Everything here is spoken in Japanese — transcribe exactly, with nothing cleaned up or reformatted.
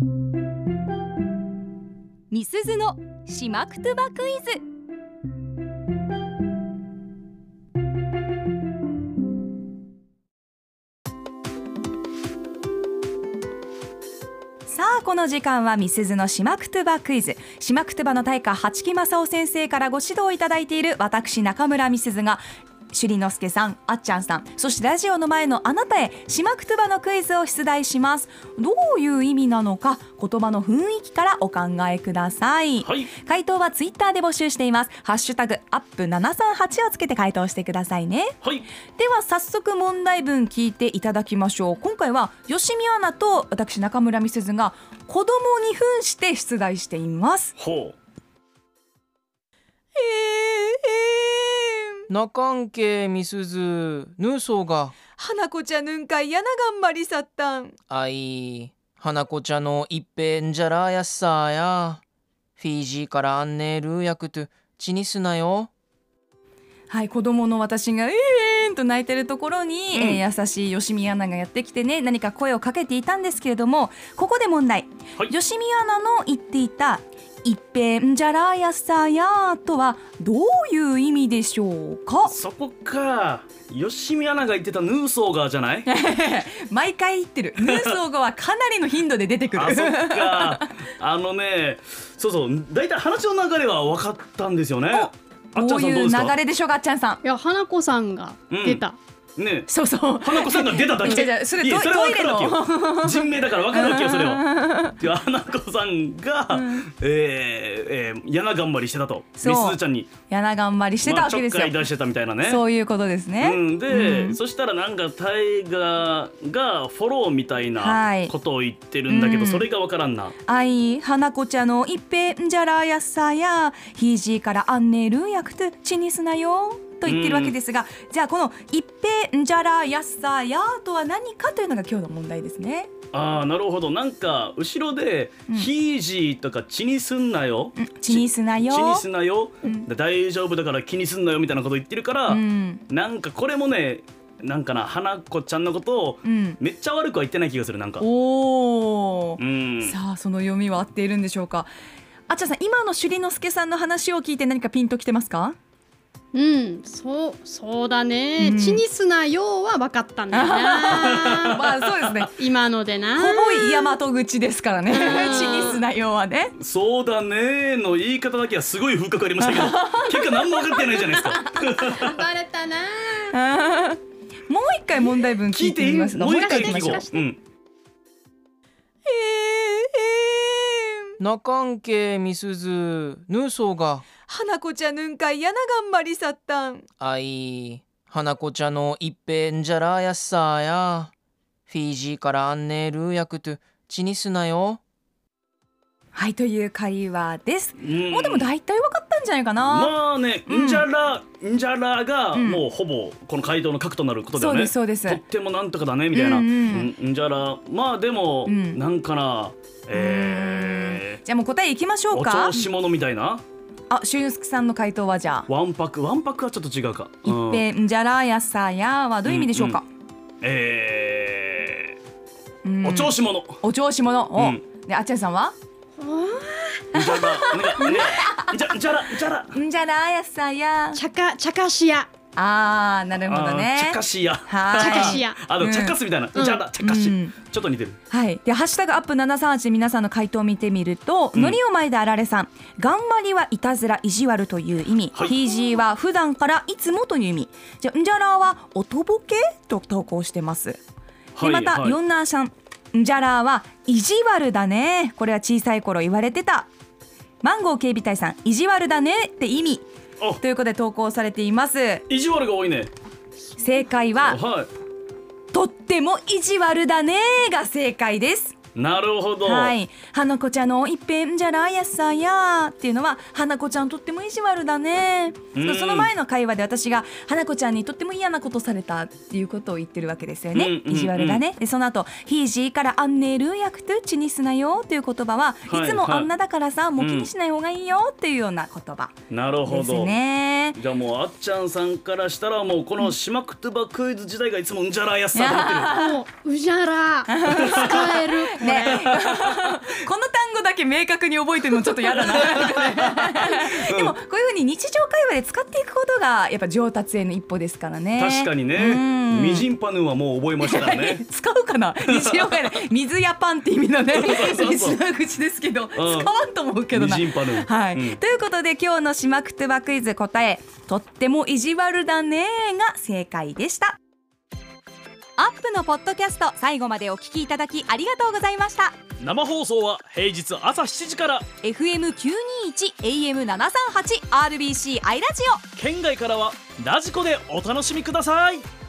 みすずのしまくとばクイズ。 さあこの時間はみすずのしまくとばクイズ。しまくとばの大家八木正夫先生からご指導いただいている私中村みすずが朱里之助さん、あっちゃんさん、そしてラジオの前のあなたへしまくとばのクイズを出題します。どういう意味なのか言葉の雰囲気からお考えください、 はい、 回答はツイッターで募集しています。ハッシュタグアップななさんはちをつけて回答してくださいね。 はい、 では早速問題文聞いていただきましょう。今回は吉見アナと私中村美鈴が子供に扮して出題しています。 ほう。 えー、えー、 なかんけみすずぬそうが花子ちゃんぬんかいやながんまりさったん。 あい花子ちゃんの一平んじゃらやっさーやフィージーからあんねるやくとちにすなよ。 はい、子供の私がえーんと泣いてるところに、うん、えー、優しい吉見アナがやってきてね、何か声をかけていたんですけれども、ここで問題、はい、吉見アナの言っていた一平んじゃらやさやとはどういう意味でしょうか。 そこか、吉見アナが言ってたヌーソーガーじゃない？ 毎回言ってるヌーソーガーはかなりの頻度で出てくる。 あ、そっか。あのね、そうそう、だいたい話の流れは分かったんですよね。あっちゃんさんどうですか？どういう流れでしょうか、あっちゃんさん。 いや、花子さんが出た、 うん、ね、 そうそう、 花子さんが出ただけ。 いやいや、それトイレの人名だから分かるわけよ、それは。花子さんが、うん、えーえー、嫌な頑張りしてたと、みすずちゃんに嫌な頑張りしてたわけですよ、 まあ、ちょっかい出してたみたいなね。 そういうことですね、 うん、で、うん、そしたらなんか大河がフォローみたいなことを言ってるんだけど、はい、それが分からんな。 あい花子ちゃんの一平んじゃらやっさやひいじーからあんねるやくとちにすなよと言ってるわけですが、うん、じゃあこの一平んじゃらやっさやとは何かというのが今日の問題ですね。 あー、なるほど。なんか後ろで、うん、ひいじとか血にすんなよ、 うん、血にすなよ、 血にすなよ、うん、大丈夫だから気にすんなよみたいなこと言ってるから、うん、なんかこれもね、なんかな、花子ちゃんのことをめっちゃ悪くは言ってない気がする。なんかおー、 うん、 さあその読みは合っているんでしょうか。あっちゃんさん、今の朱里之助さんの話を聞いて何かピンときてますか？ うん、そうそうだね、うん、血にすなよは分かったんだよな。 まあそうですね、 今のでな、 ほぼ大和口ですからね。血にすなよはね。 そうだねの言い方だけはすごい風格ありましたけど結果何も分かってないじゃないですか。 バレたな。 もう一回問題文聞いてみますが、 もう一回聞こう。うん、えー、 えー、なかんけみすずぬそうが花子ちゃんぬんかいやながんまりさったん。 あい花子ちゃんの一平んじゃらやっさーやフィージーからあんねるやくとちにすなよ。 はい、という会話です。もうでも大体分かったんじゃないかな。 まあね、んじゃら、んじゃらがもうほぼこの回答の核となることだよね。 そうですそうです。 とってもなんとかだねみたいな、うん、うん、んじゃら、まあでも、うん、なんかな、えー、 じゃあもう答えいきましょうか。 お調子者みたいな。 あ、俊介さんの回答はじゃあわんぱく、わんぱくはちょっと違うか。 一平んじゃらやっさやはどういう意味でしょうか。 うんうん、えー、うん、お調子者。 お調子者。お、うん、であっちゃんさんはんじゃら、ね、んじゃ、んじゃら、んじゃら、 んじゃらやっさやちゃか、ちゃかしや。 あー、なるほどね。 ちゃかしや。 はい。ちゃかしや。 あの、ちゃかすみたいな。じゃら、ちゃかし。ちょっと似てる。 はい。で、ハッシュタグアップななさんはちで皆さんの回答を見てみると、のりをまいであられさん、頑張りはいたずら、意地悪という意味。ひいじは普段からいつもという意味。じゃ、んじゃらはおとぼけと投稿してます。で、また、ヨンナーさん、んじゃらは意地悪だね。これは小さい頃言われてた。マンゴー警備隊さん、意地悪だねって意味ということで投稿されています。 意地悪が多いね。 正解は、 はい、 とっても意地悪だねが正解です。 なるほど。 はい、花子ちゃんの一平んじゃらやさやっていうのは花子ちゃんとっても意地悪だね。その前の会話で私が花子ちゃんにとっても嫌なことされたっていうことを言ってるわけですよね、うんうんうん、意地悪だね。でその後ひいじからあんねるやくとちにすなよという言葉は、はい、いつもあんなだからさ、もう気にしない方がいいよっていうような言葉ですね。 なるほど。じゃあもうあっちゃんさんからしたらもうこのしまくとばクイズ時代がいつもんじゃらやさと思ってる。 もううじゃら使えるね、 け明確に覚えてるのちょっと嫌だなでもこういう風に日常会話で使っていくことがやっぱ上達への一歩ですからね。 確かにね。みじんぱぬはもう覚えましたからね使うかな日常会話で水やパンって意味のねそうそう品口ですけど、使わんと思うけどな。 みじんぱぬ、 はい、 うん、 ということで今日のしまくとばクイズ答え、とっても意地悪だねが正解でした。 アップのポッドキャスト、最後までお聞きいただきありがとうございました。 生放送は平日朝しちじからエフエムきゅうにいち エーエムななさんはち アールビーシー アイラジオ、 県外からはラジコでお楽しみください。